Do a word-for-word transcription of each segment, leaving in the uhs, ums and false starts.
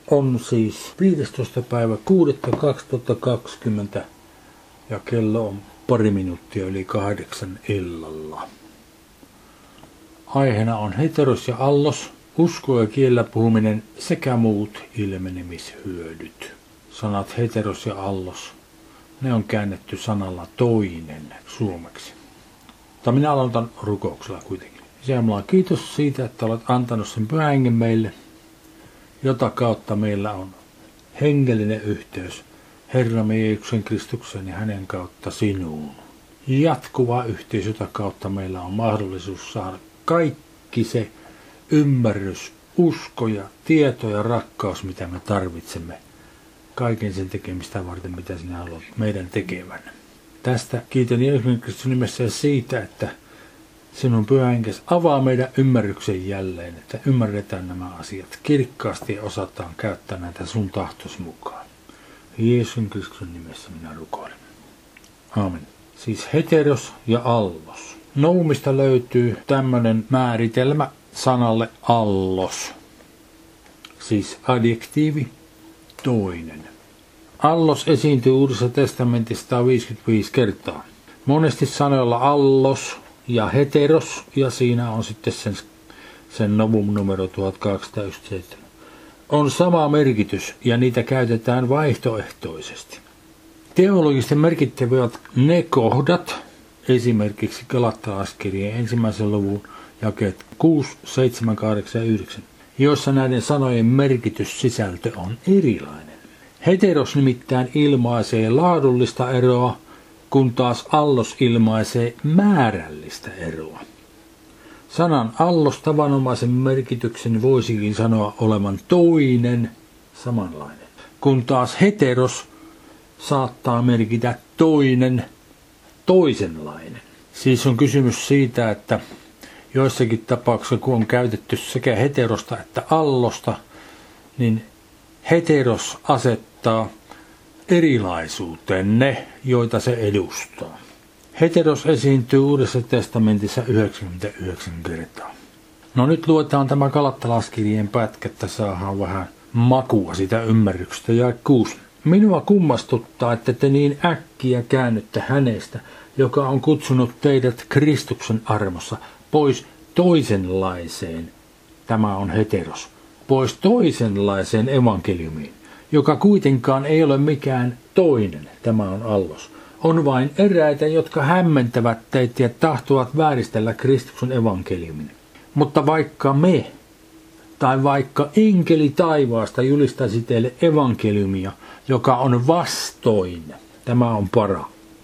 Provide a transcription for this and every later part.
On siis viidestoista päivä kuudetta kaksituhattakaksikymmentä ja kello on pari minuuttia yli kahdeksan illalla. Aiheena on heteros ja allos, usko ja kielellä puhuminen sekä muut ilmenemishyödyt. Sanat heteros ja allos, ne on käännetty sanalla toinen suomeksi. Mutta minä aloitan rukouksella kuitenkin. Isä Jumala, kiitos siitä, että olet antanut sen Pyhän Hengen meille, jota kautta meillä on hengellinen yhteys Herramme Jeesuksen Kristuksen ja hänen kautta sinuun. Jatkuva yhteys, jota kautta meillä on mahdollisuus saada kaikki se ymmärrys, usko ja tieto ja rakkaus, mitä me tarvitsemme. Kaiken sen tekemistä varten, mitä sinä haluat meidän tekevän. Tästä kiitän Jeesuksen Kristuksen nimessä siitä, että sinun Pyhä Henkesi avaa meidän ymmärryksen jälleen, että ymmärretään nämä asiat kirkkaasti ja osataan käyttää näitä sun tahtos mukaan. Jeesuksen Kristuksen nimessä minä rukoilen. Aamen. Siis heteros ja allos. Noumista löytyy tämmöinen määritelmä sanalle allos. Siis adjektiivi toinen. Allos esiintyy Uudessa testamentissa sata viisikymmentäviisi kertaa. Monesti sanoilla allos ja heteros, ja siinä on sitten sen, sen novum numero tuhatkaksisataayhdeksänkymmentäseitsemän. On sama merkitys, ja niitä käytetään vaihtoehtoisesti. Teologisesti merkittävät ne kohdat, esimerkiksi Galattalaiskirjeen ensimmäisen luvun jakeet kuusi, seitsemän, kahdeksan ja yhdeksän, joissa näiden sanojen merkityssisältö on erilainen. Heteros nimittäin ilmaisee laadullista eroa, kun taas allos ilmaisee määrällistä eroa. Sanan allos tavanomaisen merkityksen voisikin sanoa olevan toinen, samanlainen, kun taas heteros saattaa merkitä toinen, toisenlainen. Siis on kysymys siitä, että joissakin tapauksissa, kun on käytetty sekä heterosta että allosta, niin heteros asettaa erilaisuuteen ne, joita se edustaa. Heteros esiintyy Uudessa testamentissa yhdeksänkymmentäyhdeksän kertaa. No nyt luetaan tämä Galattalaiskirjeen pätkä, että saadaan vähän makua sitä ymmärryksestä. Ja kuusi. Minua kummastuttaa, että te niin äkkiä käännytte hänestä, joka on kutsunut teidät Kristuksen armossa, pois toisenlaiseen, tämä on heteros, pois toisenlaiseen evankeliumiin, joka kuitenkaan ei ole mikään toinen, tämä on allos. On vain eräitä, jotka hämmentävät teitä ja tahtovat vääristellä Kristuksen evankeliumin. Mutta vaikka me, tai vaikka enkeli taivaasta julistaisi teille evankeliumia, joka on vastoin, tämä on para,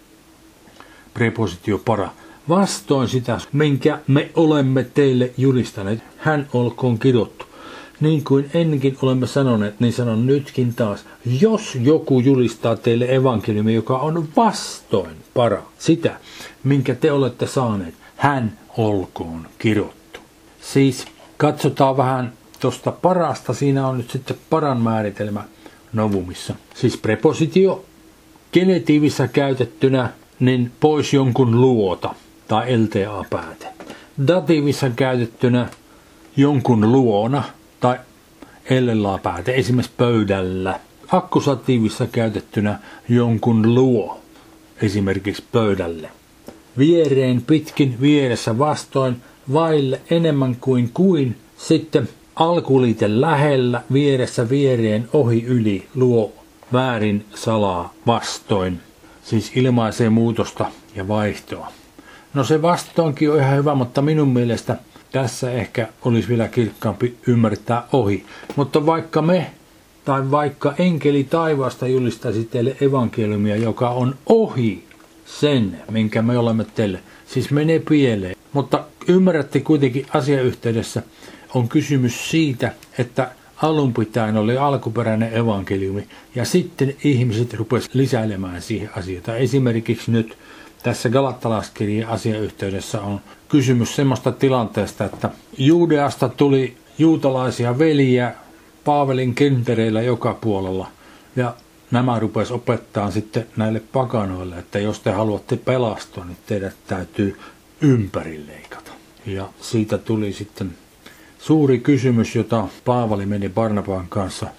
prepositio para, vastoin sitä, minkä me olemme teille julistaneet, hän olkoon kidottu. Niin kuin ennenkin olemme sanoneet, niin sanon nytkin taas, jos joku julistaa teille evankeliumi, joka on vastoin para, sitä, minkä te olette saaneet, hän olkoon kidottu. Siis katsotaan vähän tuosta parasta, siinä on nyt sitten paran määritelmä novumissa. Siis prepositio, genetiivissä käytettynä, niin pois jonkun luota tai L T A-pääte. Datiivissa käytettynä jonkun luona tai L L A-pääte, esimerkiksi pöydällä. Akkusatiivissa käytettynä jonkun luo, esimerkiksi pöydälle. Viereen, pitkin, vieressä, vastoin, vaille, enemmän kuin kuin, sitten alkuliite lähellä, vieressä, viereen, ohi, yli, luo, väärin, salaa, vastoin. Siis ilmaisee muutosta ja vaihtoa. No se vastoinkin on ihan hyvä, mutta minun mielestä tässä ehkä olisi vielä kirkkaampi ymmärtää ohi. Mutta vaikka me, tai vaikka enkeli taivaasta julistaisi teille evankeliumia, joka on ohi sen, minkä me olemme teille, siis menee pieleen. Mutta ymmärrätte kuitenkin asiayhteydessä, on kysymys siitä, että alun pitäen oli alkuperäinen evankeliumi, ja sitten ihmiset rupesivat lisäilemään siihen asioita. Esimerkiksi nyt tässä Galattalaiskirjeen asiayhteydessä on kysymys semmoista tilanteesta, että Juudeasta tuli juutalaisia veljiä Paavelin kentereillä joka puolella, ja nämä rupesivat opettaa sitten näille pakanoille, että jos te haluatte pelastua, niin teidät täytyy ympärileikata. Ja siitä tuli sitten suuri kysymys, jota Paavali meni Barnabaan kanssa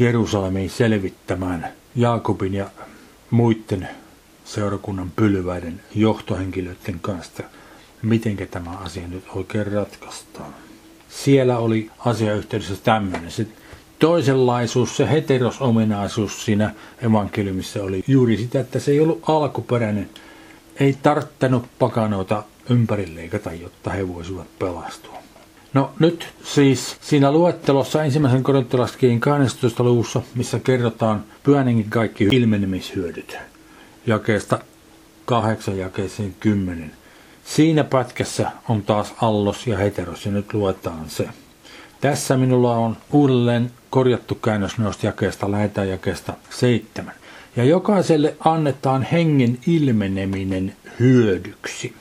Jerusalemiin selvittämään Jaakobin ja muiden seurakunnan pylväiden johtohenkilöiden kanssa, miten tämä asia nyt oikein ratkaistaan. Siellä oli asiayhteydessä tämmöinen. Se toisenlaisuus, se heterosominaisuus siinä evankeliumissa oli juuri sitä, että se ei ollut alkuperäinen. Ei tarttanut pakanoita ympärileikata, jotta he voisivat pelastua. No nyt siis siinä luettelossa ensimmäisen korintolaiskirjan kahdennessatoista luvussa, missä kerrotaan Pyhän Hengen kaikki ilmenemishyödyt, jakeesta kahdeksan jakeeseen kymmenen. Siinä pätkässä on taas allos ja heteros, ja nyt luetaan se. Tässä minulla on uudelleen korjattu käännös noista jakeesta, lähetään jakeesta seitsemän. Ja jokaiselle annetaan hengen ilmeneminen hyödyksi.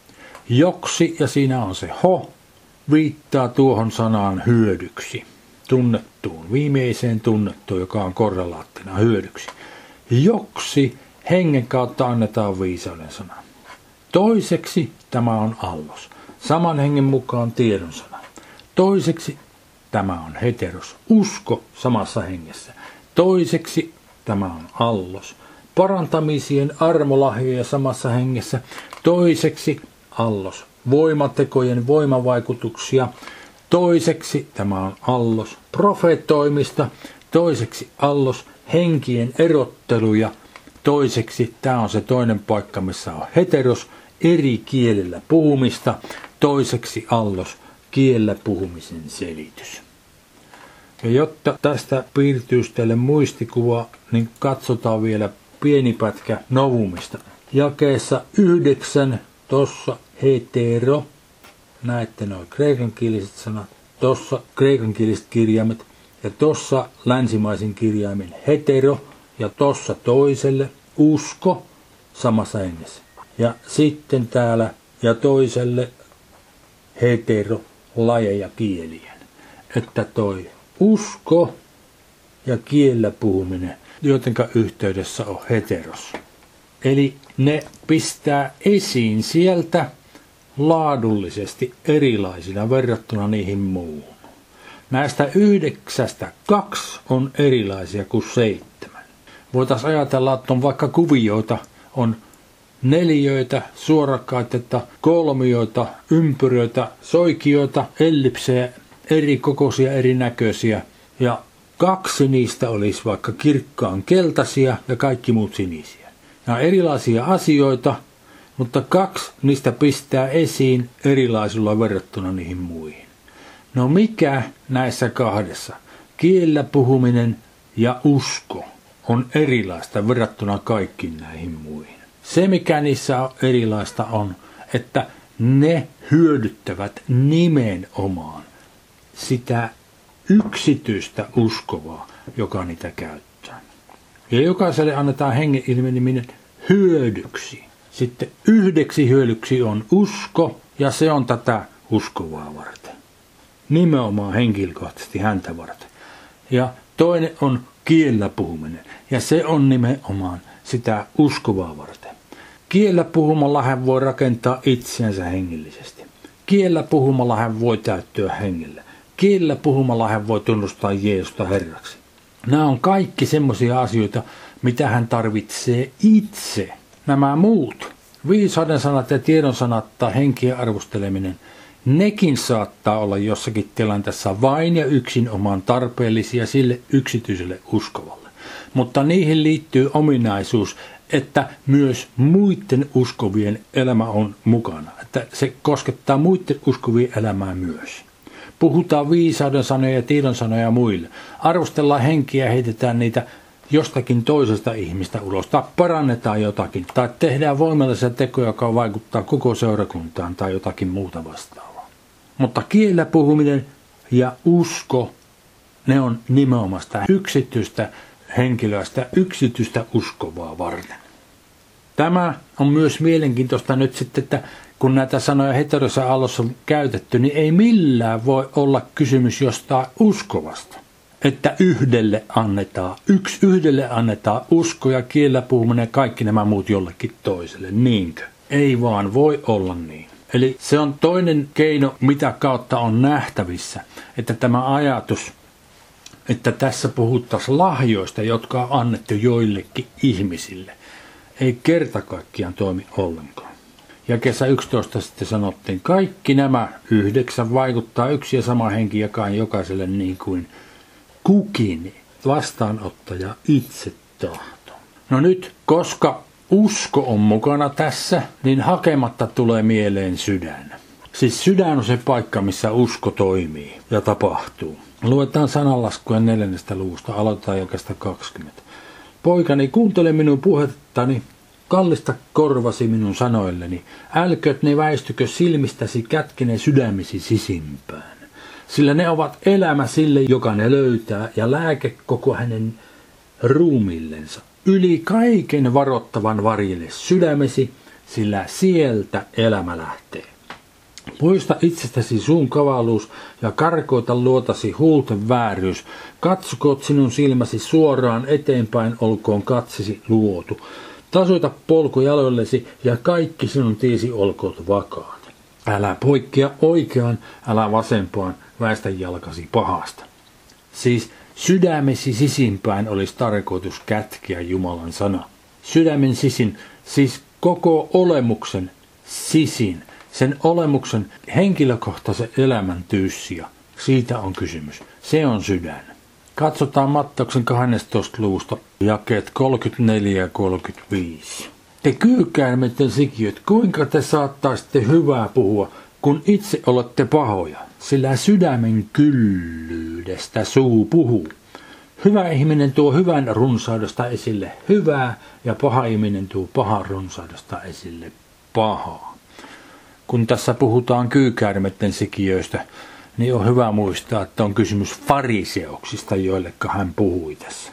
Joksi, ja siinä on se ho, viittaa tuohon sanaan hyödyksi. Tunnettuun, viimeiseen tunnettuun, joka on korrelaattina hyödyksi. Joksi hengen kautta annetaan viisauden sana. Toiseksi tämä on allos. Saman hengen mukaan tiedon sana. Toiseksi tämä on heteros. Usko samassa hengessä. Toiseksi tämä on allos. Parantamisien armolahjoja samassa hengessä. Toiseksi allos. Voimatekojen voimavaikutuksia. Toiseksi tämä on allos. Profeetoimista. Toiseksi allos. Henkien erotteluja. Toiseksi tämä on se toinen paikka, missä on heteros. Eri kielellä puhumista. Toiseksi allos. Kielellä puhumisen selitys. Ja jotta tästä piirtyisi teille muistikuva, niin katsotaan vielä pieni pätkä Novumista. Jakeessa yhdeksän, tossa hetero, näette nuo kreikankieliset sanat, tossa kreikankieliset kirjaimet, ja tossa länsimaisin kirjaimin hetero, ja tossa toiselle usko samassa hengessä. Ja sitten täällä ja toiselle hetero, lajeja kielien. Että toi usko ja kielellä puhuminen, jotenka yhteydessä on heteros. Eli ne pistää esiin sieltä laadullisesti erilaisina verrattuna niihin muuhun. Näistä yhdeksästä kaksi on erilaisia kuin seitsemän. Voitaisiin ajatella, että on vaikka kuvioita, on neliöitä, suorakaitetta, kolmioita, ympyröitä, soikioita, ellipsejä, eri kokoisia, erinäköisiä. Ja kaksi niistä olisi vaikka kirkkaan keltaisia ja kaikki muut sinisiä. Nämä on erilaisia asioita, mutta kaksi niistä pistää esiin erilaisilla verrattuna niihin muihin. No mikä näissä kahdessa, kielellä puhuminen ja usko, on erilaista verrattuna kaikkiin näihin muihin? Se, mikä niissä on erilaista, on, että ne hyödyttävät nimenomaan sitä yksityistä uskovaa, joka niitä käyttää. Ja jokaiselle annetaan hengen ilmeneminen hyödyksi. Sitten yhdeksi hyödyksi on usko, ja se on tätä uskovaa varten. Nimenomaan henkilökohtaisesti häntä varten. Ja toinen on kielellä puhuminen, ja se on nimenomaan sitä uskovaa varten. Kielellä puhumalla hän voi rakentaa itseänsä hengellisesti. Kielellä puhumalla hän voi täyttyä hengellä. Kielellä puhumalla hän voi tunnustaa Jeesusta Herraksi. Nämä on kaikki semmoisia asioita, mitä hän tarvitsee itse. Nämä muut, viisauden sanat ja tiedon sanat tai henkien arvosteleminen, nekin saattaa olla jossakin tilanteessa vain ja yksin omaan tarpeellisia sille yksityiselle uskovalle. Mutta niihin liittyy ominaisuus, että myös muiden uskovien elämä on mukana. Että se koskettaa muiden uskovien elämää myös. Puhutaan viisauden sanoja ja tiedon sanoja muille. Arvostellaan henkiä ja heitetään niitä jostakin toisesta ihmistä ulos. Tai parannetaan jotakin. Tai tehdään voimallisia tekoja, joka vaikuttaa koko seurakuntaan tai jotakin muuta vastaavaa. Mutta kielellä puhuminen ja usko, ne on nimenomaan sitä yksityistä henkilöistä, yksityistä uskovaa varten. Tämä on myös mielenkiintoista nyt sitten, että kun näitä sanoja heterossa ja allossa on käytetty, niin ei millään voi olla kysymys jostain uskovasta. Että yhdelle annetaan, yksi yhdelle annetaan usko ja kielellä puhuminen ja kaikki nämä muut jollekin toiselle. Niinkö? Ei vaan voi olla niin. Eli se on toinen keino, mitä kautta on nähtävissä, että tämä ajatus, että tässä puhuttaisiin lahjoista, jotka on annettu joillekin ihmisille. Ei kerta kaikkiaan toimi ollenkaan. Ja kesä yksitoista sitten sanottiin, kaikki nämä yhdeksän vaikuttaa yksi ja sama henki jakaa jokaiselle niin kuin kukin vastaanottaja itse tahto. No nyt, koska usko on mukana tässä, niin hakematta tulee mieleen sydän. Siis sydän on se paikka, missä usko toimii ja tapahtuu. Luetaan sananlaskuja neljännestä luvusta, aloitetaan jakeesta kaksikymmentä. Poikani, kuuntele minun puhettani, kallista korvasi minun sanoilleni, älköt ne väistykö silmistäsi kätkene sydämisi sisimpään. Sillä ne ovat elämä sille, joka ne löytää, ja lääke koko hänen ruumillensa. Yli kaiken varottavan varjelle sydämesi, sillä sieltä elämä lähtee. Poista itsestäsi suun kavaluus ja karkoita luotasi huulten vääryys. Katsokoot sinun silmäsi suoraan eteenpäin, olkoon katsesi luotu. Tasoita polku jaloillesi ja kaikki sinun tiesi olkoot vakaat. Älä poikkea oikeaan, älä vasempaan, väistä jalkasi pahasta. Siis sydämesi sisimpään olisi tarkoitus kätkeä Jumalan sana. Sydämen sisin, siis koko olemuksen sisin. Sen olemuksen henkilökohtaisen elämän tyyssiä. Siitä on kysymys. Se on sydän. Katsotaan Matteuksen kahdennestatoista luvusta jakeet kolmekymmentäneljä ja kolmekymmentäviisi. Te kyykäärmeiden sikiöt, kuinka te saattaisitte hyvää puhua, kun itse olette pahoja? Sillä sydämen kyllyydestä suu puhuu. Hyvä ihminen tuo hyvän runsaudesta esille hyvää ja paha ihminen tuo pahan runsaudesta esille pahaa. Kun tässä puhutaan kyykäärmeiden sikiöistä, niin on hyvä muistaa, että on kysymys fariseuksista, joilleka hän puhui tässä.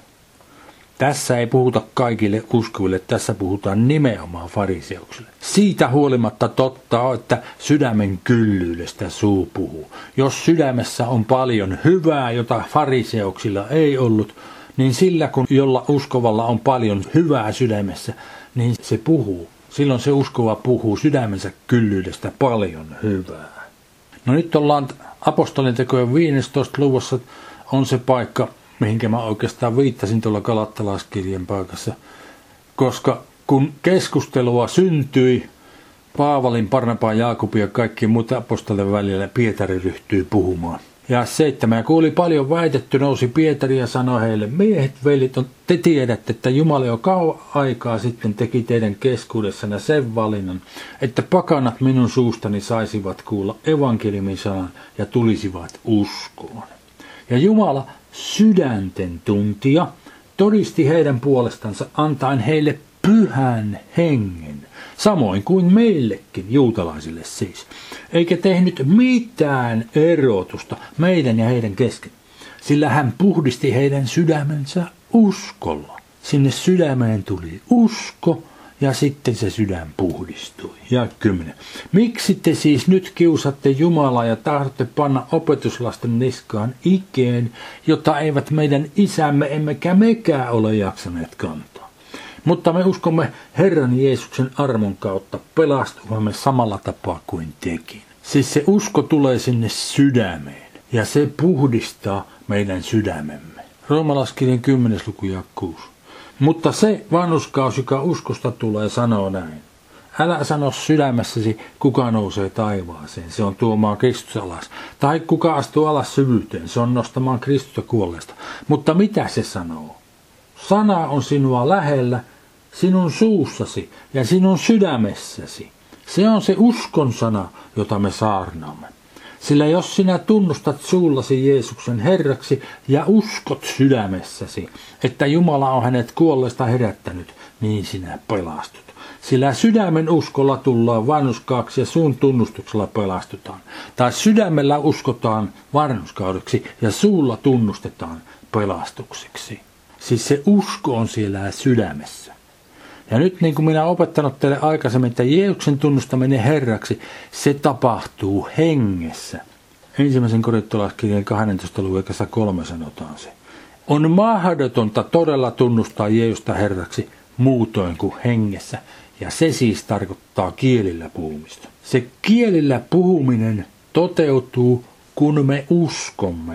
Tässä ei puhuta kaikille uskoville, tässä puhutaan nimenomaan fariseuksille. Siitä huolimatta totta on, että sydämen kyllyydestä suu puhuu. Jos sydämessä on paljon hyvää, jota fariseuksilla ei ollut, niin sillä kun jolla uskovalla on paljon hyvää sydämessä, niin se puhuu. Silloin se uskova puhuu sydämensä kyllyydestä paljon hyvää. No nyt ollaan apostolitekojen viidestoista luvussa on se paikka, mihinkä mä oikeastaan viittasin tuolla Galattalaiskirjan paikassa. Koska kun keskustelua syntyi Paavalin, Barnabaan, Jaakobin ja kaikkien muuten apostolien välillä, Pietari ryhtyi puhumaan. Ja seitsemän, kun oli paljon väitetty, nousi Pietari ja sanoi heille, miehet, velit, te tiedätte, että Jumala jo kauan aikaa sitten teki teidän keskuudessanne sen valinnan, että pakanat minun suustani saisivat kuulla evankeliumin sanan ja tulisivat uskoon. Ja Jumala, sydänten tuntija, todisti heidän puolestansa antaen heille pyhän hengen, samoin kuin meillekin, juutalaisille siis, eikä tehnyt mitään erotusta meidän ja heidän kesken, sillä hän puhdisti heidän sydämensä uskolla. Sinne sydämeen tuli usko ja sitten se sydän puhdistui. Ja kymmenen. Miksi te siis nyt kiusatte Jumalaa ja tahdotte panna opetuslasten niskaan ikeen, jota eivät meidän isämme emmekä mekään ole jaksaneet kantaa? Mutta me uskomme Herran Jeesuksen armon kautta pelastuvamme samalla tapaa kuin tekin. Siis se usko tulee sinne sydämeen ja se puhdistaa meidän sydämemme. Roomalaiskirjan kymmenes luku ja kuusi. Mutta se vanhurskaus, joka uskosta tulee, sanoo näin. Älä sano sydämessäsi, kuka nousee taivaaseen, se on tuomaan Kristus alas. Tai kuka astuu alas syvyyteen, se on nostamaan Kristusta kuolleesta. Mutta mitä se sanoo? Sana on sinua lähellä, sinun suussasi ja sinun sydämessäsi. Se on se uskon sana, jota me saarnaamme. Sillä jos sinä tunnustat suullasi Jeesuksen Herraksi ja uskot sydämessäsi, että Jumala on hänet kuolleesta herättänyt, niin sinä pelastut. Sillä sydämen uskolla tullaan vanhurskaaksi ja suun tunnustuksella pelastutaan. Tai sydämellä uskotaan vanhurskaudeksi ja suulla tunnustetaan pelastukseksi. Siis se usko on siellä sydämessä. Ja nyt niin kuin minä olen opettanut teille aikaisemmin, että Jeesuksen tunnustaminen Herraksi, se tapahtuu hengessä. Ensimmäisen korintolaiskirjan kahdennentoista luvun ekassa kolme sanotaan se. On mahdotonta todella tunnustaa Jeesusta Herraksi muutoin kuin hengessä. Ja se siis tarkoittaa kielillä puhumista. Se kielillä puhuminen toteutuu, kun me uskomme,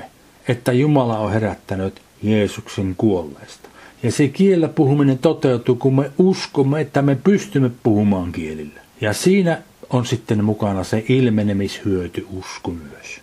että Jumala on herättänyt Jeesuksen kuolleesta. Ja se kielellä puhuminen toteutuu, kun me uskomme, että me pystymme puhumaan kielillä. Ja siinä on sitten mukana se ilmenemishyöty usko myös.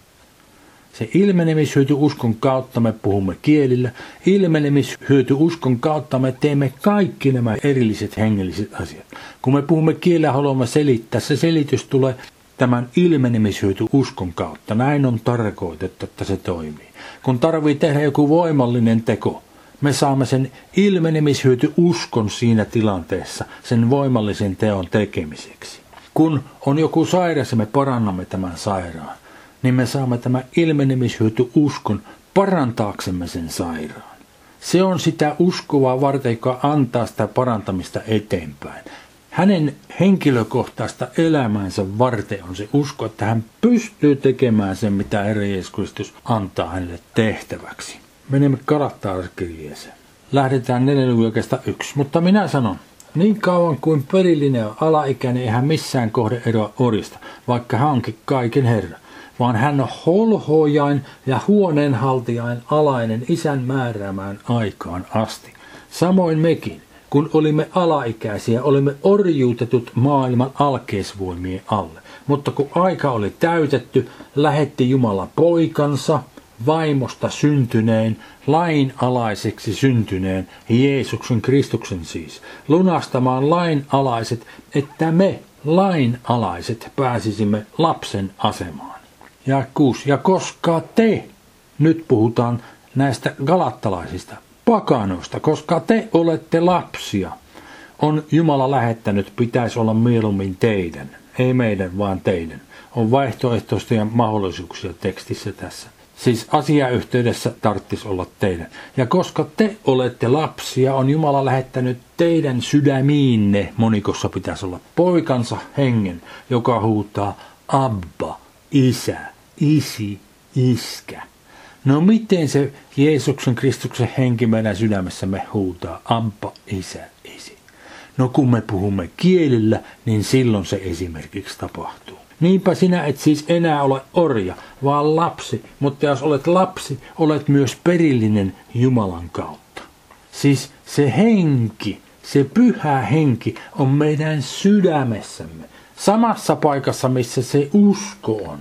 Se ilmenemishyöty uskon kautta me puhumme kielillä. Ilmenemishyöty uskon kautta me teemme kaikki nämä erilliset hengelliset asiat. Kun me puhumme kielellä, haluamme selittää. Se selitys tulee tämän ilmenemishyöty uskon kautta. Näin on tarkoitettu, että se toimii. Kun tarvii tehdä joku voimallinen teko, me saamme sen ilmenemishyöty uskon siinä tilanteessa sen voimallisen teon tekemiseksi. Kun on joku sairas ja me parannamme tämän sairaan, niin me saamme tämän ilmenemishyöty uskon parantaaksemme sen sairaan. Se on sitä uskovaa varten, joka antaa sitä parantamista eteenpäin. Hänen henkilökohtaista elämänsä varten on se usko, että hän pystyy tekemään sen, mitä Herra Jeesus Kristus antaa hänelle tehtäväksi. Menemme Galatalaiskirjeeseen. Lähdetään neljästä yksi. Mutta minä sanon, niin kauan kuin perillinen on alaikäinen, ei hän missään kohde eroa orista, vaikka hän onkin kaiken Herra, vaan hän on holhojain ja huoneenhaltijain alainen isän määräämään aikaan asti. Samoin mekin, kun olimme alaikäisiä, olimme orjuutetut maailman alkeisvoimien alle. Mutta kun aika oli täytetty, lähetti Jumala poikansa, vaimosta syntyneen, lainalaiseksi syntyneen, Jeesuksen Kristuksen siis, lunastamaan lainalaiset, että me lainalaiset pääsisimme lapsen asemaan. Ja kuusi. Ja koska te, nyt puhutaan näistä galattalaisista, pakanoista, koska te olette lapsia, on Jumala lähettänyt, pitäisi olla mieluummin teidän, ei meidän, vaan teidän. On vaihtoehtoisia mahdollisuuksia tekstissä tässä. Siis asiayhteydessä tarvitsisi olla teidän. Ja koska te olette lapsia, on Jumala lähettänyt teidän sydämiinne, monikossa pitäisi olla poikansa hengen, joka huutaa Abba, isä, isi, iskä. No miten se Jeesuksen Kristuksen henki meidän sydämessämme huutaa Abba, isä, isi? No kun me puhumme kielillä, niin silloin se esimerkiksi tapahtuu. Niinpä sinä et siis enää ole orja, vaan lapsi, mutta jos olet lapsi, olet myös perillinen Jumalan kautta. Siis se henki, se pyhä henki on meidän sydämessämme, samassa paikassa, missä se usko on.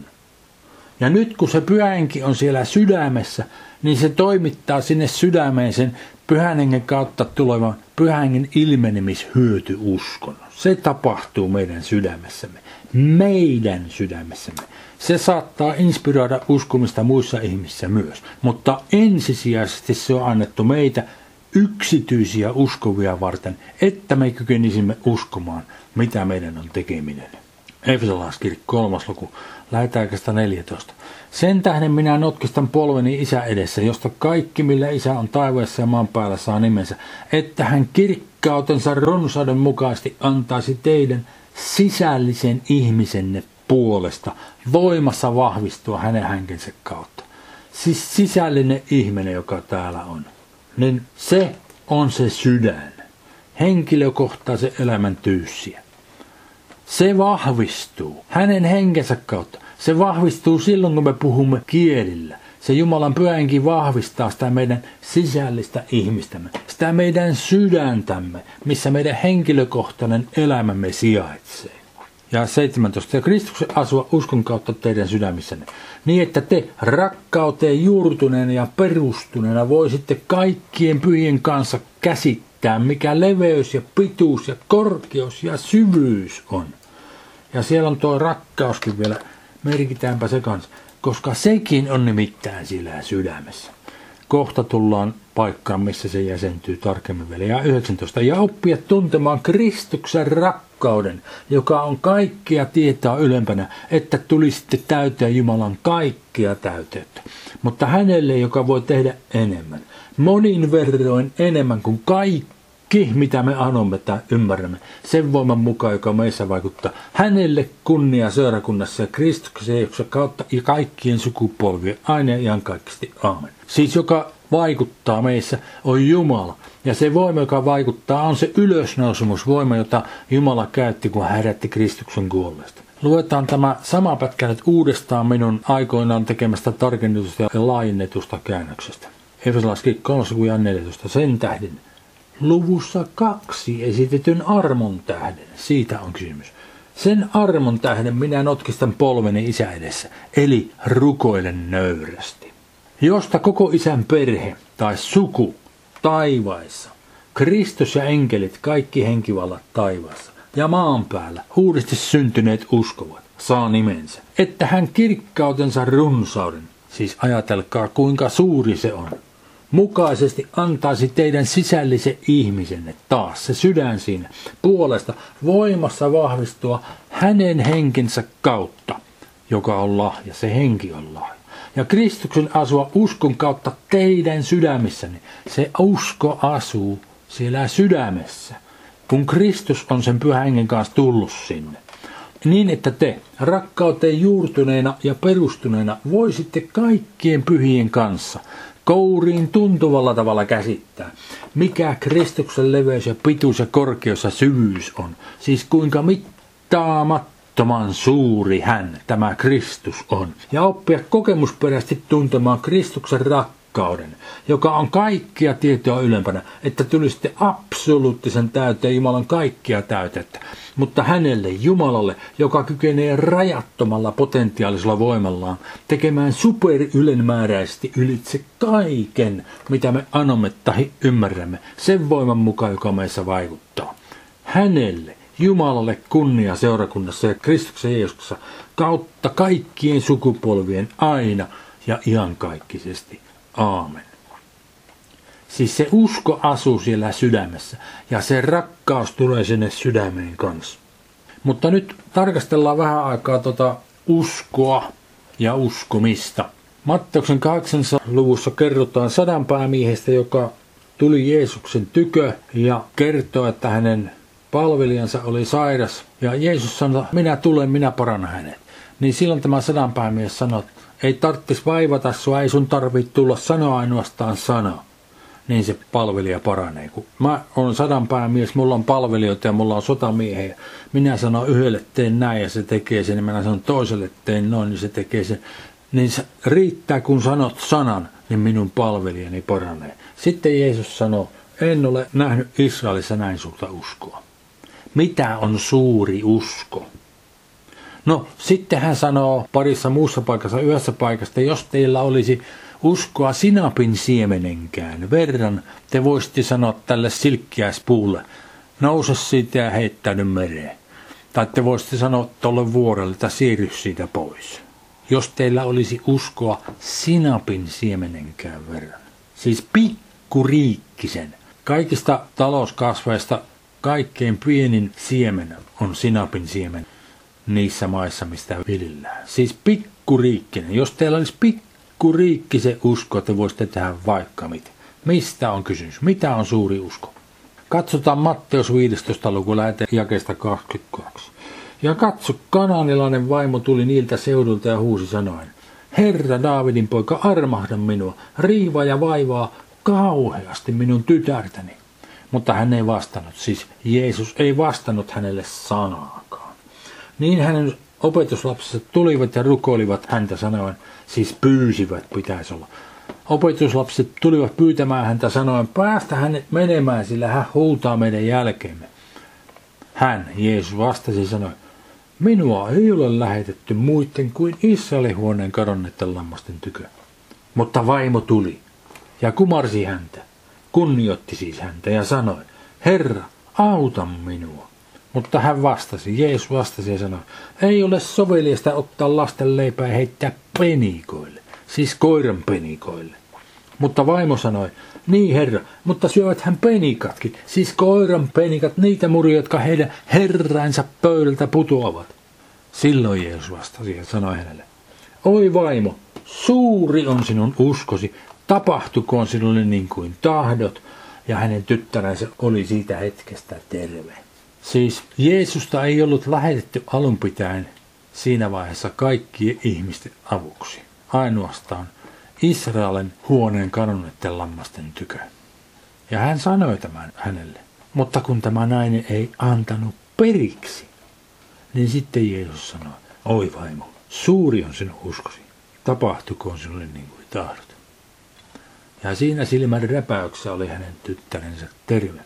Ja nyt kun se pyhä henki on siellä sydämessä, niin se toimittaa sinne sydämeen sen pyhän hengen kautta tulevan pyhän hengen ilmenemishyötyuskon. Se tapahtuu meidän sydämessämme. Meidän sydämessämme. Se saattaa inspiroida uskomista muissa ihmisissä myös, mutta ensisijaisesti se on annettu meitä yksityisiä uskovia varten, että me kykenisimme uskomaan, mitä meidän on tekeminen. Efesolaiskirje kolmas luku, lähetään neljätoista. Sen tähden minä notkistan polveni isä edessä, josta kaikki, millä isä on taivaassa ja maan päällä, saa nimensä, että hän kirkkautensa runsauden mukaisesti antaisi teidän sisällisen ihmisenne puolesta voimassa vahvistua hänen henkensä kautta. Siis sisällinen ihminen, joka täällä on, niin se on se sydän, henkilökohtaisen elämän tyyssiä. Se vahvistuu hänen henkensä kautta. Se vahvistuu silloin, kun me puhumme kielillä. Se Jumalan pyhä henki vahvistaa sitä meidän sisällistä ihmistämme, sitä meidän sydäntämme, missä meidän henkilökohtainen elämämme sijaitsee. Ja seitsemäntoista. Ja Kristuksen asua uskon kautta teidän sydämissänne, niin että te rakkauteen juurtuneena ja perustuneena voisitte kaikkien pyhien kanssa käsittää, mikä leveys ja pituus ja korkeus ja syvyys on. Ja siellä on tuo rakkauskin vielä, merkitäänpä se kanssa, koska sekin on nimittäin siellä sydämessä. Kohta tullaan paikkaan, missä se jäsentyy tarkemmin vielä. Ja yhdeksäntoista. Ja oppia tuntemaan Kristuksen rakkauden, joka on kaikkia tietoa ylempänä, että tulisitte täyttää Jumalan kaikkia täyteyttä. Mutta hänelle, joka voi tehdä enemmän, monin verroin enemmän kuin kaikki, mitä me anomme tai ymmärrämme, sen voiman mukaan, joka meissä vaikuttaa. Hänelle kunnia seurakunnassa ja Kristuksen Jeesuksen kautta ja kaikkien sukupolvien aina ja iankaikkisesti. Aamen. Siis joka vaikuttaa meissä on Jumala. Ja se voima, joka vaikuttaa, on se ylösnousemusvoima, jota Jumala käytti, kun hän herätti Kristuksen kuolleesta. Luetaan tämä sama pätkä nyt uudestaan minun aikoinaan tekemästä tarkennetusta ja laajennetusta käännöksestä. Efesolaiskirja kolme neljätoista. Sen tähden luvussa kaksi esitetyn armon tähden. Siitä on kysymys. Sen armon tähden minä notkistan polveni isä edessä, eli rukoilen nöyrästi. Josta koko isän perhe tai suku taivaissa, Kristus ja enkelit, kaikki henkivallat taivaassa ja maan päällä uudesti syntyneet uskovat, saa nimensä. Että hän kirkkautensa runsauden, siis ajatelkaa kuinka suuri se on, mukaisesti antaisi teidän sisällisen ihmisenne taas, se sydän siinä, puolesta voimassa vahvistua hänen henkensä kautta, joka on lahja, se henki on lahja. Ja Kristuksen asua uskon kautta teidän sydämissänne. Se usko asuu siellä sydämessä, kun Kristus on sen pyhän hengen kanssa tullut sinne. Niin, että te rakkauteen juurtuneena ja perustuneena voisitte kaikkien pyhien kanssa kouriin tuntuvalla tavalla käsittää, mikä Kristuksen leveys ja pituus ja korkeus ja syvyys on. Siis kuinka mittaamattoman suuri hän, tämä Kristus on. Ja oppia kokemusperäisesti tuntemaan Kristuksen rakkauden, joka on kaikkia tietoa ylempänä, että tulisitte absoluuttisen täyteen Jumalan kaikkia täytettä. Mutta hänelle, Jumalalle, joka kykenee rajattomalla potentiaalisella voimallaan tekemään superylenmääräisesti ylitse kaiken, mitä me anomme tai ymmärrämme, sen voiman mukaan, joka meissä vaikuttaa. Hänelle, Jumalalle kunnia seurakunnassa ja Kristuksen Jeesuksessa kautta kaikkien sukupolvien aina ja iankaikkisesti. Aamen. Siis se usko asuu siellä sydämessä ja se rakkaus tulee sinne sydämeen kanssa. Mutta nyt tarkastellaan vähän aikaa tuota uskoa ja uskomista. Matteuksen kahdeksannessa luvussa kerrotaan sadan päämiehestä, joka tuli Jeesuksen tykö ja kertoi, että hänen palvelijansa oli sairas. Ja Jeesus sanoi, minä tulen, minä parannan hänet. Niin silloin tämä sadan päämies sanoi, ei tarvitsisi vaivata sua, ei sun tarvitse tulla sanoa ainoastaan sana. Niin se palvelija paranee. Kun mä oon sadan päämies, mulla on palvelijoita ja mulla on sotamiehiä. Minä sanon yhdelle teen näin ja se tekee sen, ja minä sanon toiselle teen noin, niin se tekee sen. Niin se riittää, kun sanot sanan, niin minun palvelijani paranee. Sitten Jeesus sanoo, en ole nähnyt Israelissa näin suurta uskoa. Mitä on suuri usko? No, sitten hän sanoo parissa muussa paikassa, yhdessä paikasta, jos teillä olisi uskoa sinapin siemenenkään verran, te voisitte sanoa tälle silkkiäispuulle, nouse siitä ja heittäydy mereen. Tai te voisitte sanoa tuolle vuorelle, että siirry siitä pois. Jos teillä olisi uskoa sinapin siemenenkään verran. Siis pikkuriikkisen. Kaikista talouskasveista kaikkein pienin siemen on sinapin siemen niissä maissa, mistä viljellään. Siis pikkuriikkinen. Jos teillä olisi pikkuriikkisen usko, te voisitte tehdä vaikka mitä. Mistä on kysymys? Mitä on suuri usko? Katsotaan Matteus viidestoista luku lähete jakeesta kaksikymmentäkaksi. Ja katso, kanaanilainen vaimo tuli niiltä seudulta ja huusi sanoen, Herra Daavidin poika, armahda minua, riivaa ja vaivaa kauheasti minun tytärtäni. Mutta hän ei vastannut, siis Jeesus ei vastannut hänelle sanaakaan. Niin hänen opetuslapsensa tulivat ja rukoilivat häntä sanoen, siis pyysivät pitäisi olla. Opetuslapset tulivat pyytämään häntä sanoen, päästä hänet menemään, sillä hän huutaa meidän jälkeemme. Hän, Jeesus, vastasi sanoi, minua ei ole lähetetty muiden kuin Israelin huoneen kadonneiden lammasten tykö. Mutta vaimo tuli ja kumarsi häntä, kunnioitti siis häntä ja sanoi, Herra, auta minua. Mutta hän vastasi, Jeesus vastasi ja sanoi, ei ole soveliasta ottaa lasten leipää ja heittää penikoille, siis koiran penikoille. Mutta vaimo sanoi, niin herra, mutta syövät hän penikatkin, siis koiran penikat, niitä muria, jotka heidän herransa pöydältä putoavat. Silloin Jeesus vastasi ja sanoi hänelle, oi vaimo, suuri on sinun uskosi, tapahtukoon sinulle niin kuin tahdot, ja hänen tyttärensä oli siitä hetkestä terve. Siis Jeesusta ei ollut lähetetty alun pitäen siinä vaiheessa kaikkien ihmisten avuksi, ainoastaan Israelin huoneen kadonneiden lammasten tykö. Ja hän sanoi tämän hänelle, mutta kun tämä nainen ei antanut periksi, Niin sitten Jeesus sanoi, oi vaimo, suuri on sinun uskosi, tapahtukoon sinulle niin kuin tahdot. Ja siinä silmän räpäyksessä oli hänen tyttärensä terve.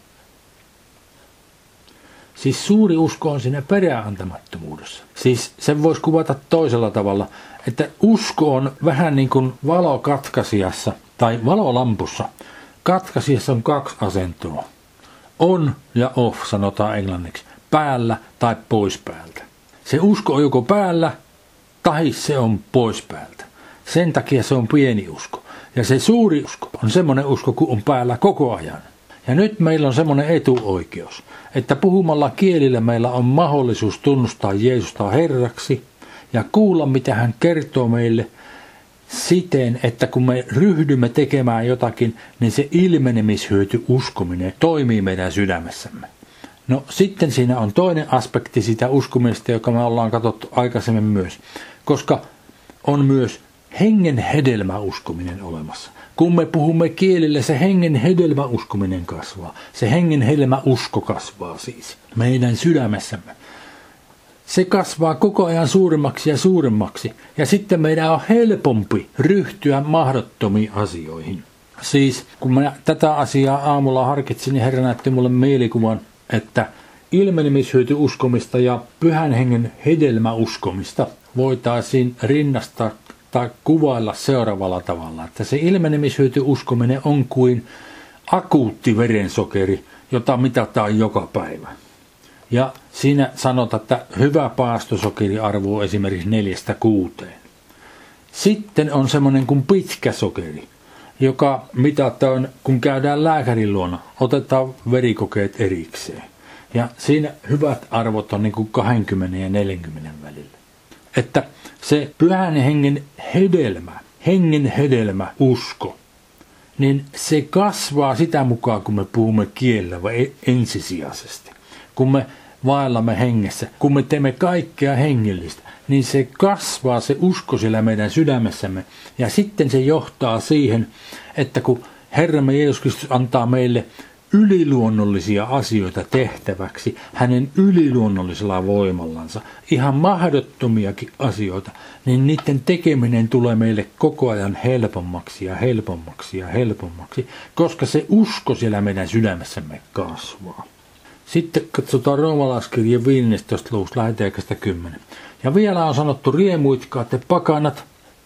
Siis suuri usko on siinä peräänantamattomuudessa. Siis sen voisi kuvata toisella tavalla, että usko on vähän niin kuin valokatkaisijassa tai valolampussa. Katkaisijassa on kaksi asentoa. On ja off sanotaan englanniksi. Päällä tai pois päältä. Se usko on joko päällä tai se on pois päältä. Sen takia se on pieni usko. Ja se suuri usko on semmoinen usko, kun on päällä koko ajan. Ja nyt meillä on semmoinen etuoikeus, että puhumalla kielillä meillä on mahdollisuus tunnustaa Jeesusta Herraksi ja kuulla, mitä hän kertoo meille siten, että kun me ryhdymme tekemään jotakin, niin se ilmenemishyöty uskominen toimii meidän sydämessämme. No sitten siinä on toinen aspekti sitä uskomista, joka me ollaan katsottu aikaisemmin myös, koska on myös hengen hedelmäuskominen olemassa. Kun me puhumme kielillä, se hengen hedelmäuskominen kasvaa. Se hengen hedelmäusko kasvaa siis meidän sydämessämme. Se kasvaa koko ajan suuremmaksi ja suuremmaksi. Ja sitten meidän on helpompi ryhtyä mahdottomiin asioihin. Siis kun mä tätä asiaa aamulla harkitsin, niin Herra näytti mulle mielikuvan, että ilmenemishyöty uskomista ja pyhän hengen hedelmäuskomista voitaisiin rinnastaa tai kuvailla seuraavalla tavalla, että se ilmenemishyöty uskominen on kuin akuutti verensokeri, jota mitataan joka päivä. Ja siinä sanotaan, että hyvä paastosokeriarvo on esimerkiksi neljästä kuuteen. Sitten on semmoinen kuin pitkä sokeri, joka mitataan, kun käydään lääkärin luona, otetaan verikokeet erikseen. Ja siinä hyvät arvot on niin kuin kaksikymmentä ja neljäkymmentä välillä. Että se pyhän hengen hedelmä, hengen hedelmä, usko, niin se kasvaa sitä mukaan, kun me puhumme kielellä vai ensisijaisesti. Kun me vaellamme hengessä, kun me teemme kaikkea hengellistä, niin se kasvaa se usko siellä meidän sydämessämme. Ja sitten se johtaa siihen, että kun Herramme Jeesus Kristus antaa meille yliluonnollisia asioita tehtäväksi hänen yliluonnollisella voimallansa, ihan mahdottomiakin asioita, niin niiden tekeminen tulee meille koko ajan helpommaksi ja helpommaksi ja helpommaksi, koska se usko siellä meidän sydämessämme kasvaa. Sitten katsotaan roomalaiskirjeen viidestoista luvusta lähetteestä kymmenen. Ja vielä on sanottu, riemuitkaa te pakanat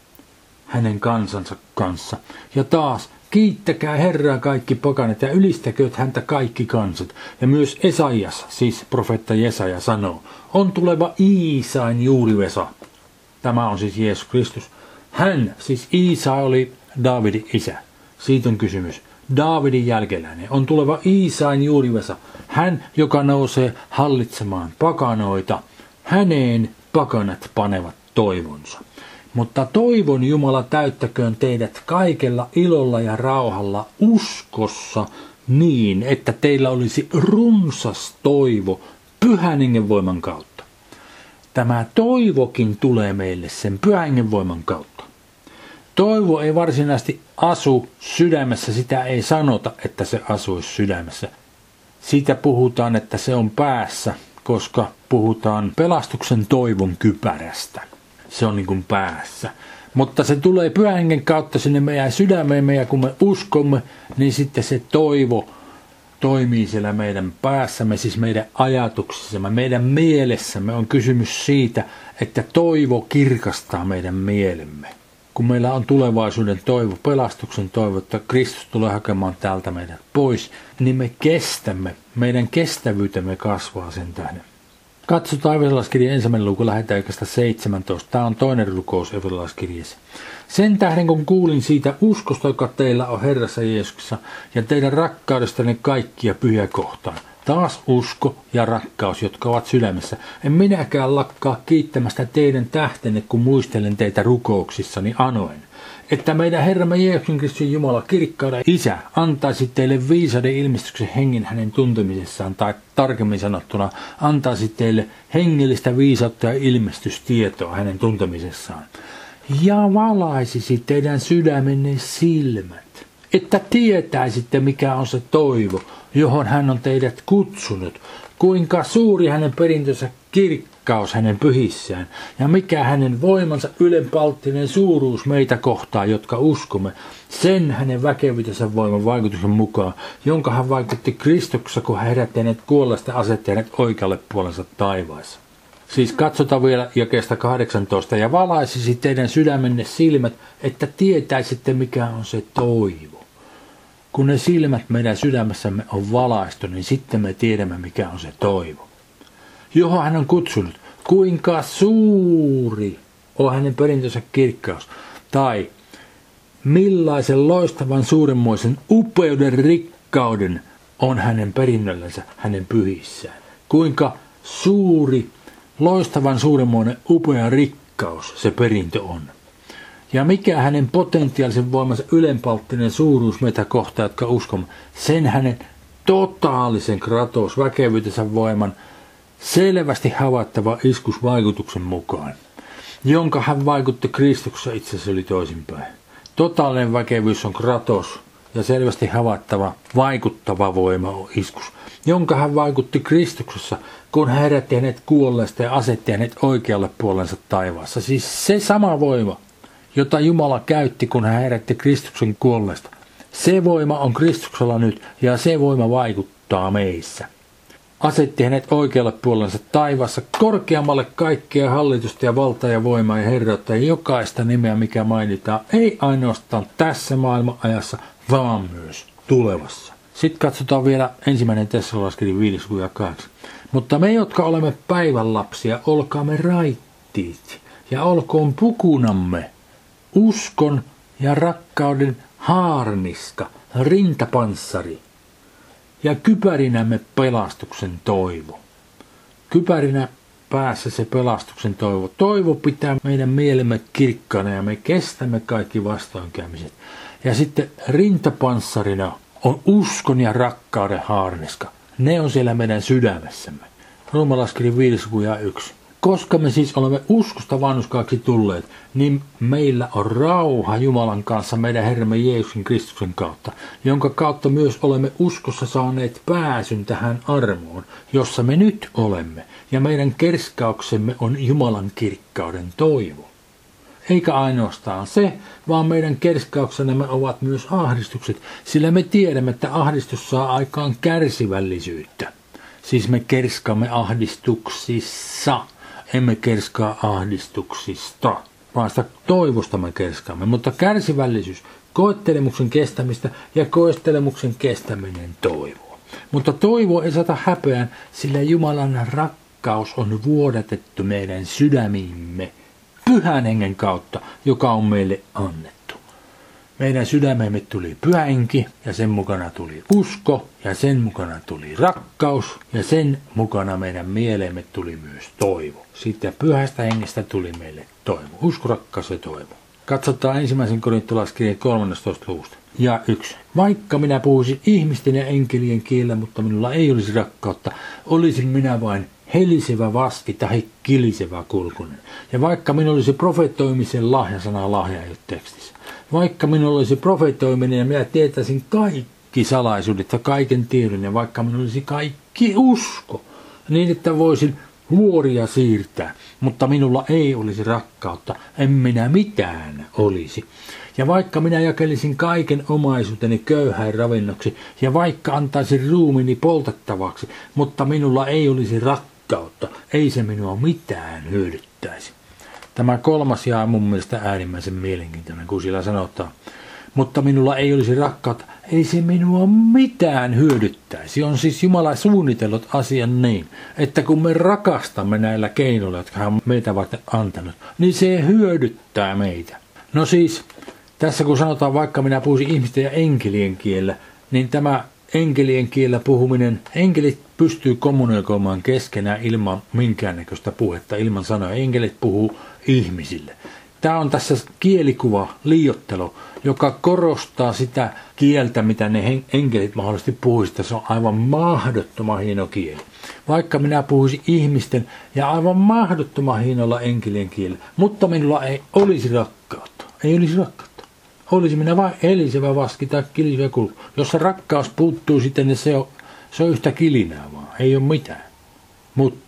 hänen kansansa kanssa. Ja taas, kiittäkää Herraa kaikki pakanat ja ylistäkööt häntä kaikki kansat. Ja myös Esaias, siis profeetta Jesaja sanoo, on tuleva Iisain juurivesa. Tämä on siis Jeesus Kristus. Hän, siis Iisa oli Daavidin isä. Siitä on kysymys. Daavidin jälkeläinen on tuleva Iisain juurivesa. Hän, joka nousee hallitsemaan pakanoita. Häneen pakanat panevat toivonsa. Mutta toivon Jumala täyttäköön teidät kaikella ilolla ja rauhalla uskossa niin, että teillä olisi runsas toivo pyhän hengen voiman kautta. Tämä toivokin tulee meille sen pyhän hengen voiman kautta. Toivo ei varsinaisesti asu sydämessä, sitä ei sanota, että se asuisi sydämessä. Siitä puhutaan, että se on päässä, koska puhutaan pelastuksen toivon kypärästä. Se on niin kuin päässä. Mutta se tulee pyhän hengen kautta sinne meidän sydämeemme ja kun me uskomme, niin sitten se toivo toimii siellä meidän päässämme, siis meidän ajatuksissamme, meidän mielessämme. On kysymys siitä, että toivo kirkastaa meidän mielemme. Kun meillä on tulevaisuuden toivo, pelastuksen toivo, että Kristus tulee hakemaan täältä meidät pois, niin me kestämme, meidän kestävyytemme kasvaa sen tähden. Katsotaan Efesolaiskirjeen ensimmäinen luku lähetteestä seitsemäntoista. Tämä on toinen rukous Efesolaiskirjeessä. Sen tähden kun kuulin siitä uskosta, joka teillä on Herrassa Jeesuksessa, ja teidän rakkaudestanne kaikkia pyhiä kohtaan. Taas usko ja rakkaus, jotka ovat sydämessä. En minäkään lakkaa kiittämästä teidän tähtenne, kun muistelen teitä rukouksissani anoen. Että meidän Herramme Jeesuksen Kristuksen Jumala, kirkkauden Isä, antaisi teille viisauden ilmestyksen hengen hänen tuntemisessaan, tai tarkemmin sanottuna, antaisi teille hengellistä viisautta ja ilmestystietoa hänen tuntemisessaan. Ja valaisisi teidän sydämenne silmät, että tietäisitte, mikä on se toivo, johon hän on teidät kutsunut, kuinka suuri hänen perintönsä kirkkaus rakkaus hänen pyhissään, ja mikä hänen voimansa ylenpalttinen suuruus meitä kohtaa, jotka uskomme, sen hänen väkevyytensä voiman vaikutuksen mukaan, jonka hän vaikutti Kristuksessa, kun hän herätti hänet kuolleesta ja asetti hänet oikealle puolensa taivaassa. Siis katsotaan vielä jakeesta kahdeksantoista, ja valaisisi teidän sydämenne silmät, että tietäisitte mikä on se toivo. Kun ne silmät meidän sydämessämme on valaistu, niin sitten me tiedämme mikä on se toivo. Johon hän on kutsunut, kuinka suuri on hänen perintönsä kirkkaus, tai millaisen loistavan suuremmoisen upeuden rikkauden on hänen perinnöllänsä hänen pyhissään. Kuinka suuri, loistavan suuremmoinen upea rikkaus se perintö on. Ja mikä hänen potentiaalisen voimansa ylenpalttinen suuruus meitä kohtaa, jotka uskomme, sen hänen totaalisen kratos, väkevyytensä voiman, selvästi havaittava iskusvaikutuksen mukaan, jonka hän vaikutti Kristuksessa, itse asiassa oli toisinpäin. Totaalinen väkevyys on kratos ja selvästi havaittava, vaikuttava voima on iskus, jonka hän vaikutti Kristuksessa, kun hän herätti hänet kuolleesta ja asetti hänet oikealle puolensa taivaassa. Siis se sama voima, jota Jumala käytti, kun hän herätti Kristuksen kuolleesta. Se voima on Kristuksella nyt ja se voima vaikuttaa meissä. Asetti hänet oikealle puolensa taivaassa korkeammalle kaikkea hallitusta ja valtaa ja voimaa ja herroutta ja jokaista nimeä, mikä mainitaan, ei ainoastaan tässä maailmanajassa, vaan myös tulevassa. Sitten katsotaan vielä ensimmäinen Tessalonicenskirjan viides ja kahdeksan. Mutta me, jotka olemme päivän lapsia, olkaamme raittiit ja olkoon pukunamme uskon ja rakkauden haarniska, rintapanssari ja kypärinämme pelastuksen toivo. Kypärinä päässä se pelastuksen toivo. Toivo pitää meidän mielemme kirkkaana ja me kestämme kaikki vastoinkäymiset. Ja sitten rintapanssarina on uskon ja rakkauden haarniska. Ne on siellä meidän sydämessämme. Roomalaiskirjan viides ja yksi. Koska me siis olemme uskosta vanhuskaaksi tulleet, niin meillä on rauha Jumalan kanssa meidän Herramme Jeesuksen Kristuksen kautta, jonka kautta myös olemme uskossa saaneet pääsyn tähän armoon, jossa me nyt olemme, ja meidän kerskauksemme on Jumalan kirkkauden toivo. Eikä ainoastaan se, vaan meidän kerskauksenamme ovat myös ahdistukset, sillä me tiedämme, että ahdistus saa aikaan kärsivällisyyttä. Siis me kerskaamme ahdistuksissa. Emme kerskaa ahdistuksista, vaan sitä toivosta me kerskaamme. Mutta kärsivällisyys, koettelemuksen kestämistä ja koettelemuksen kestäminen toivoa. Mutta toivo ei saata häpeään, sillä Jumalan rakkaus on vuodatettu meidän sydämiimme pyhän hengen kautta, joka on meille annettu. Meidän sydämemme tuli pyhä henki ja sen mukana tuli usko ja sen mukana tuli rakkaus ja sen mukana meidän mieleemme tuli myös toivo. Sitten pyhästä hengestä tuli meille toivo. Usko, rakkaus ja toivo. Katsotaan ensimmäisen korintolaiskirjan kolmannestatoista luvusta. Ja yksi. Vaikka minä puhuisin ihmisten ja enkelien kielellä, mutta minulla ei olisi rakkautta, olisin minä vain helisevä vaski tai kilisevä kulkunen. Ja vaikka minulla olisi profetoimisen lahja, sana lahja ei ole tekstissä. Vaikka minulla olisi profetoiminen ja minä tietäisin kaikki salaisuudet ja kaiken tiedon ja vaikka minulla olisi kaikki usko, niin että voisin vuoria siirtää, mutta minulla ei olisi rakkautta, en minä mitään olisi. Ja vaikka minä jakelisin kaiken omaisuuteni köyhään ravinnoksi ja vaikka antaisin ruumini poltettavaksi, mutta minulla ei olisi rakkautta, ei se minua mitään hyödyttäisi. Tämä kolmas jää mun mielestä äärimmäisen mielenkiintoinen, kun sillä sanotaan, mutta minulla ei olisi rakkautta, ei se minua mitään hyödyttäisi. On siis Jumala suunnitellut asian niin, että kun me rakastamme näillä keinoilla, jotka hän on meitä varten antanut, niin se hyödyttää meitä. No siis, tässä kun sanotaan vaikka minä puhuisin ihmisten ja enkelien kielellä, niin tämä enkelien kielellä puhuminen, enkelit pystyy kommunikoimaan keskenään ilman minkäännäköistä puhetta, ilman sanoja. Enkelit puhuu ihmisille. Tämä on tässä kielikuva, liioittelu, joka korostaa sitä kieltä, mitä ne enkelit mahdollisesti puhuisivat. Se on aivan mahdottoman hieno kieli. Vaikka minä puhuisin ihmisten ja aivan mahdottoman hienolla enkelien kielellä, mutta minulla ei olisi rakkautta. Ei olisi rakkautta. Olisi minä vain helisevä vaski tai kilisevä kulku. Jos se rakkaus puuttuu sitten, niin se on, se on yhtä kilinää vaan. Ei ole mitään. Mutta,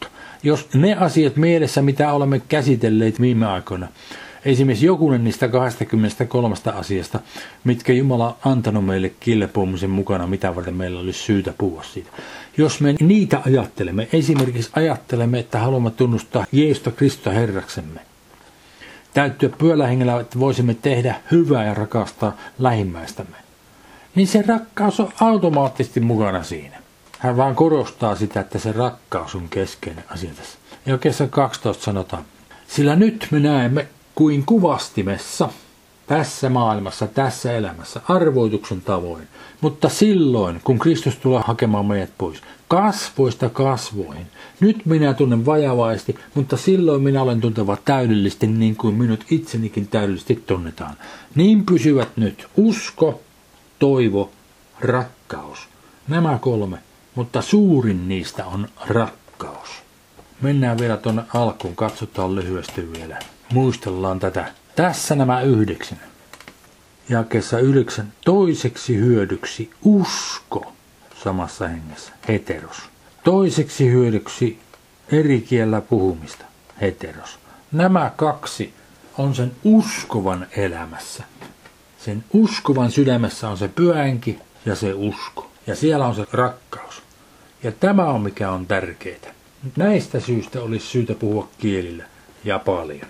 Jos ne asiat mielessä, mitä olemme käsitelleet viime aikoina, esimerkiksi jokunen niistä kaksikymmentäkolme asiasta, mitkä Jumala on antanut meille kielläpuhumisen mukana, mitä varten meillä olisi syytä puhua siitä. Jos me niitä ajattelemme, esimerkiksi ajattelemme, että haluamme tunnustaa Jeesusta Kristusta Herraksemme, täyttyä Pyhällä Hengellä, että voisimme tehdä hyvää ja rakastaa lähimmäistämme, niin se rakkaus on automaattisesti mukana siinä. Hän vaan korostaa sitä, että se rakkaus on keskeinen asia tässä. Ja kesän kaksitoista sanotaan, sillä nyt me näemme kuin kuvastimessa, tässä maailmassa, tässä elämässä, arvoituksen tavoin. Mutta silloin, kun Kristus tulee hakemaan meidät pois, kasvoista kasvoihin. Nyt minä tunnen vajavaisesti, mutta silloin minä olen tunteva täydellisesti niin kuin minut itsenikin täydellisesti tunnetaan. Niin pysyvät nyt usko, toivo, rakkaus. Nämä kolme, mutta suurin niistä on rakkaus. Mennään vielä tuonne alkuun, katsotaan lyhyesti vielä. Muistellaan tätä. Tässä nämä yhdeksän. Jakeessa yhdeksän. Toiseksi hyödyksi usko samassa hengessä. Heteros. Toiseksi hyödyksi eri kielellä puhumista. Heteros. Nämä kaksi on sen uskovan elämässä. Sen uskovan sydämessä on se pyhä henki ja se usko. Ja siellä on se rakkaus. Ja tämä on mikä on tärkeää. Näistä syistä olisi syytä puhua kielillä ja paljon.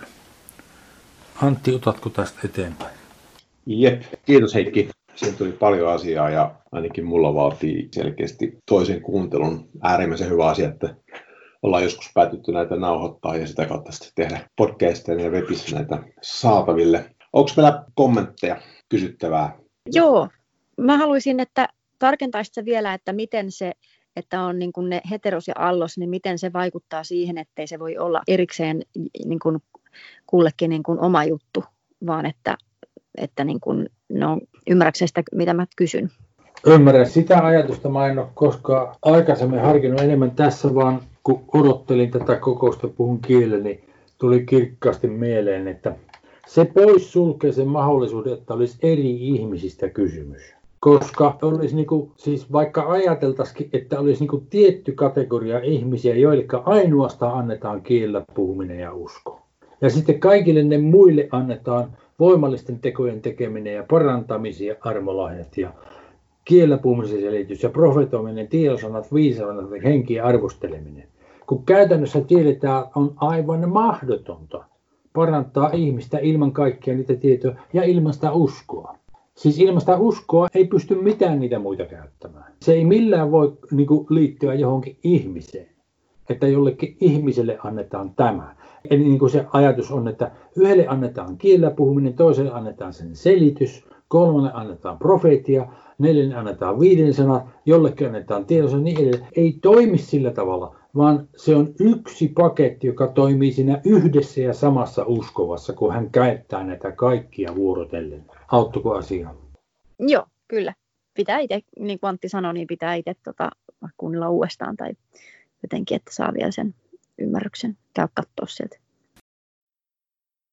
Antti, otatko tästä eteenpäin? Jep, kiitos Heikki. Siinä tuli paljon asiaa ja ainakin mulla vaatii selkeästi toisen kuuntelun. Äärimmäisen hyvä asia, että ollaan joskus päätytty näitä nauhoittaa ja sitä kautta sitten tehdä podcasteja ja webissa näitä saataville. Onko meillä kommentteja, kysyttävää? Joo, mä haluaisin, että tarkentaisit vielä, että miten se, että on niin kuin ne heteros ja allos, niin miten se vaikuttaa siihen, ettei se voi olla erikseen niin kuin kullekin niin kuin oma juttu, vaan että, että niin kuin, no, ymmärrätkö sitä, mitä mä kysyn? Ymmärrän. Sitä ajatusta mä en ole koskaan aikaisemmin harkinnut enemmän tässä, vaan kun odottelin tätä kokousta puhun kielellä, niin tuli kirkkaasti mieleen, että se pois sulkee sen mahdollisuuden, että olisi eri ihmisistä kysymys. Koska olisi niin kuin, siis vaikka ajateltaisiin, että olisi niin kuin tietty kategoria ihmisiä, joille ainoastaan annetaan kielellä puhuminen ja usko. Ja sitten kaikille ne muille annetaan voimallisten tekojen tekeminen ja parantamisia ja armolahjat ja kielellä puhumisen selitys ja profetoiminen, tiedosanat, viisaanat ja henkien arvosteleminen. Kun käytännössä tiedetään, on aivan mahdotonta parantaa ihmistä ilman kaikkia niitä tietoja ja ilman sitä uskoa. Siis ilman sitä uskoa ei pysty mitään niitä muita käyttämään. Se ei millään voi niin kuin, liittyä johonkin ihmiseen, että jollekin ihmiselle annetaan tämä. Eli niin kuin se ajatus on, että yhdelle annetaan kielellä puhuminen, toiselle annetaan sen selitys, kolmannen annetaan profeetia, neljännen annetaan viiden sana, jollekin annetaan tiedossa, niin edelleen. Ei toimi sillä tavalla, vaan se on yksi paketti, joka toimii siinä yhdessä ja samassa uskovassa, kun hän käyttää näitä kaikkia vuorotellen. Auttuiko asiaa? Joo, kyllä. Pitää itse, niin kuin Antti sanoi, niin pitää itse tota, kuunnella uudestaan tai jotenkin, että saa vielä sen ymmärryksen. Käy katsoa sieltä